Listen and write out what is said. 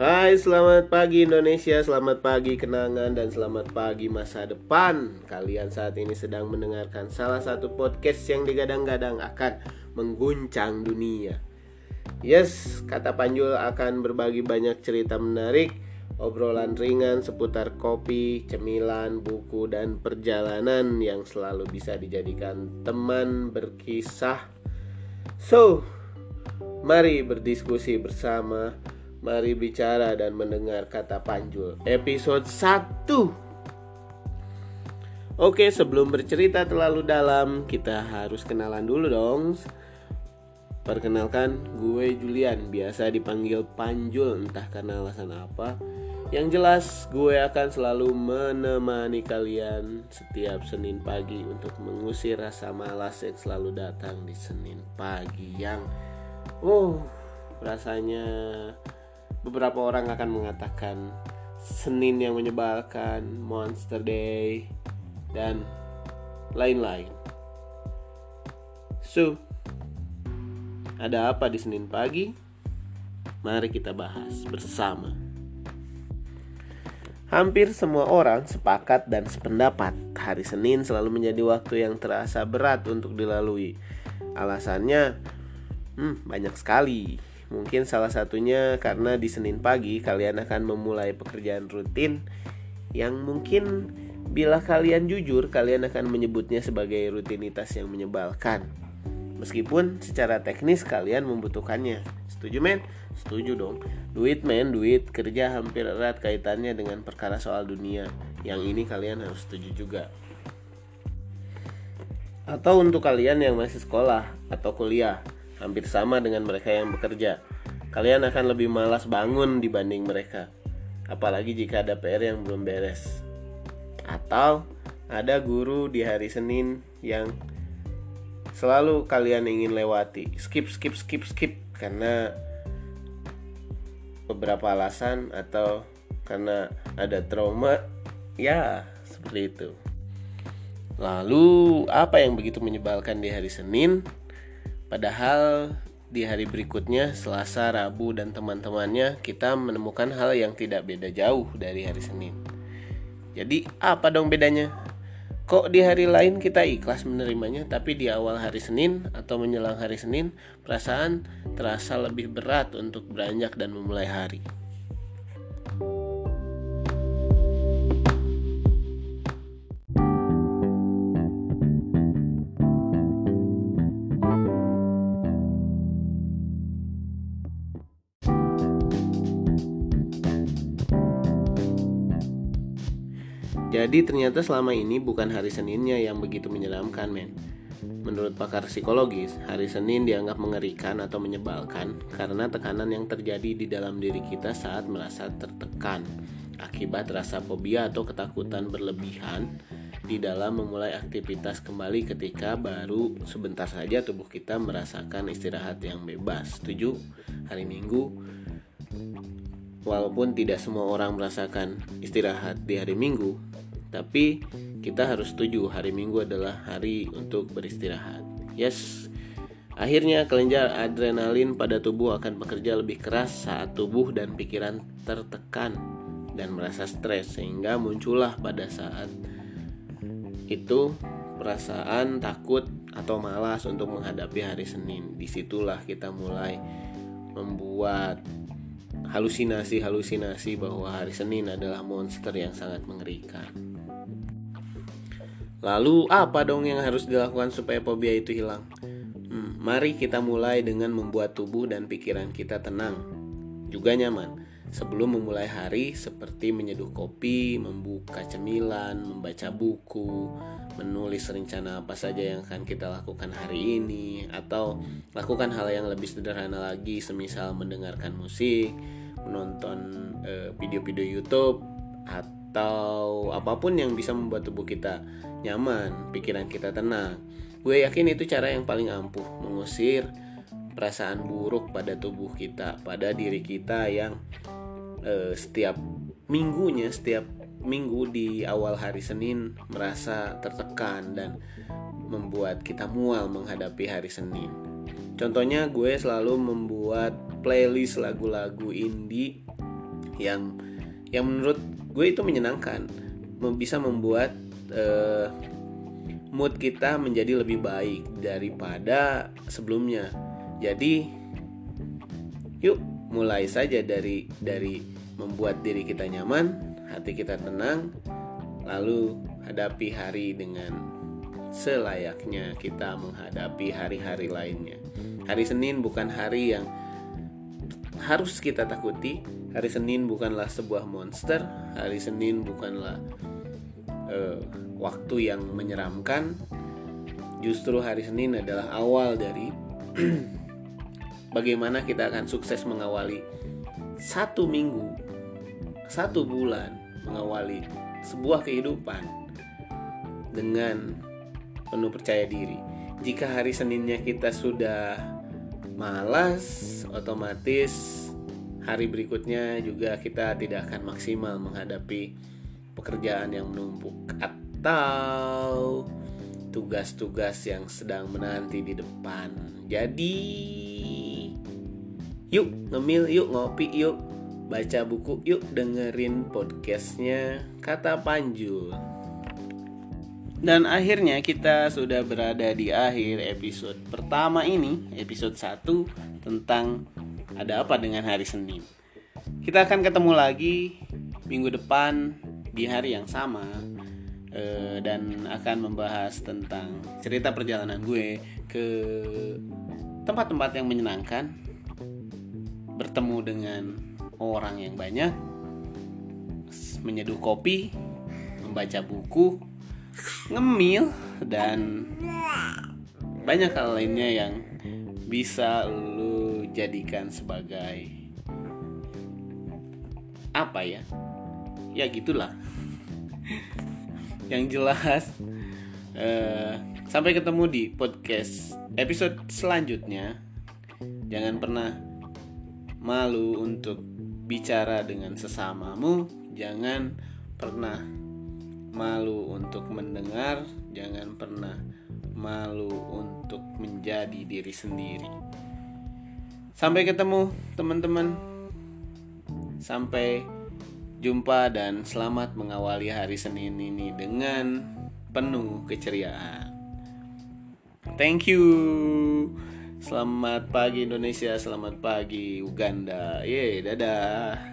Hai, selamat pagi Indonesia, selamat pagi kenangan, dan selamat pagi masa depan. Kalian saat ini sedang mendengarkan salah satu podcast yang digadang-gadang akan mengguncang dunia. Yes, kata Panjul akan berbagi banyak cerita menarik, obrolan ringan seputar kopi, cemilan, buku, dan perjalanan yang selalu bisa dijadikan teman berkisah. So, mari berdiskusi bersama. Mari bicara dan mendengar kata Panjul episode 1. Oke, sebelum bercerita terlalu dalam, kita harus kenalan dulu dong. Perkenalkan, gue Julian, biasa dipanggil Panjul entah karena alasan apa. Yang jelas, gue akan selalu menemani kalian setiap Senin pagi untuk mengusir rasa malas yang selalu datang di Senin pagi yang rasanya beberapa orang akan mengatakan Senin yang menyebalkan, Monster Day, dan lain-lain. So, ada apa di Senin pagi? Mari kita bahas bersama. Hampir semua orang sepakat dan sependapat hari Senin selalu menjadi waktu yang terasa berat untuk dilalui. Alasannya banyak sekali. Mungkin salah satunya karena di Senin pagi kalian akan memulai pekerjaan rutin yang mungkin bila kalian jujur kalian akan menyebutnya sebagai rutinitas yang menyebalkan. Meskipun secara teknis kalian membutuhkannya. Setuju men? Setuju dong. Duit, kerja hampir erat kaitannya dengan perkara soal dunia. Yang ini kalian harus setuju juga. Atau untuk kalian yang masih sekolah atau kuliah, hampir sama dengan mereka yang bekerja. Kalian akan lebih malas bangun dibanding mereka. Apalagi jika ada PR yang belum beres. Atau ada guru di hari Senin yang selalu kalian ingin lewati. Skip karena beberapa alasan atau karena ada trauma. Ya, seperti itu. Lalu apa yang begitu menyebalkan di hari Senin? Padahal di hari berikutnya, Selasa, Rabu, dan teman-temannya, kita menemukan hal yang tidak beda jauh dari hari Senin. Jadi apa dong bedanya? Kok di hari lain kita ikhlas menerimanya, tapi di awal hari Senin atau menjelang hari Senin, perasaan terasa lebih berat untuk beranjak dan memulai hari. Jadi ternyata selama ini bukan hari Seninnya yang begitu menyeramkan men. Menurut pakar psikologis, hari Senin dianggap mengerikan atau menyebalkan karena tekanan yang terjadi di dalam diri kita saat merasa tertekan akibat rasa fobia atau ketakutan berlebihan di dalam memulai aktivitas kembali ketika baru sebentar saja tubuh kita merasakan istirahat yang bebas. Setuju? Hari Minggu, walaupun tidak semua orang merasakan istirahat di hari Minggu, tapi kita harus setuju hari Minggu adalah hari untuk beristirahat. Yes, akhirnya kelenjar adrenalin pada tubuh akan bekerja lebih keras saat tubuh dan pikiran tertekan dan merasa stres, sehingga muncullah pada saat itu perasaan takut atau malas untuk menghadapi hari Senin. Disitulah kita mulai membuat halusinasi bahwa hari Senin adalah monster yang sangat mengerikan. Lalu apa dong yang harus dilakukan supaya fobia itu hilang? Mari kita mulai dengan membuat tubuh dan pikiran kita tenang, juga nyaman sebelum memulai hari, seperti menyeduh kopi, membuka cemilan, membaca buku, menulis rencana apa saja yang akan kita lakukan hari ini, atau lakukan hal yang lebih sederhana lagi, semisal mendengarkan musik, menonton video-video YouTube, atau apapun yang bisa membuat tubuh kita nyaman, pikiran kita tenang. Gue yakin itu cara yang paling ampuh mengusir perasaan buruk pada tubuh kita, pada diri kita yang setiap minggu di awal hari Senin merasa tertekan dan membuat kita mual menghadapi hari Senin. Contohnya gue selalu membuat playlist lagu-lagu indie yang menurut gue itu menyenangkan, bisa membuat mood kita menjadi lebih baik daripada sebelumnya. Jadi yuk mulai saja dari membuat diri kita nyaman, hati kita tenang, lalu hadapi hari dengan selayaknya kita menghadapi hari-hari lainnya. Hari Senin bukan hari yang harus kita takuti. Hari Senin bukanlah sebuah monster. Hari Senin bukanlah waktu yang menyeramkan. Justru hari Senin adalah awal dari bagaimana kita akan sukses mengawali 1 minggu, 1 bulan, mengawali sebuah kehidupan dengan penuh percaya diri. Jika hari Seninnya kita sudah malas, otomatis hari berikutnya juga kita tidak akan maksimal menghadapi pekerjaan yang menumpuk atau tugas-tugas yang sedang menanti di depan. Jadi yuk ngemil, yuk ngopi, yuk baca buku, yuk dengerin podcastnya Kata Panjul. Dan akhirnya kita sudah berada di akhir episode pertama ini, episode 1 tentang ada apa dengan hari Senin. Kita akan ketemu lagi minggu depan di hari yang sama, dan akan membahas tentang cerita perjalanan gue ke tempat-tempat yang menyenangkan, bertemu dengan orang yang banyak, menyeduh kopi, membaca buku, ngemil, dan banyak hal lainnya yang bisa lu jadikan sebagai apa ya? Ya gitulah. Yang jelas sampai ketemu di podcast episode selanjutnya. Jangan pernah malu untuk bicara dengan sesamamu. Jangan pernah malu untuk mendengar. Jangan pernah malu untuk menjadi diri sendiri. Sampai ketemu teman-teman. Sampai jumpa dan selamat mengawali hari Senin ini dengan penuh keceriaan. Thank you. Selamat pagi Indonesia, selamat pagi Uganda. Dadah.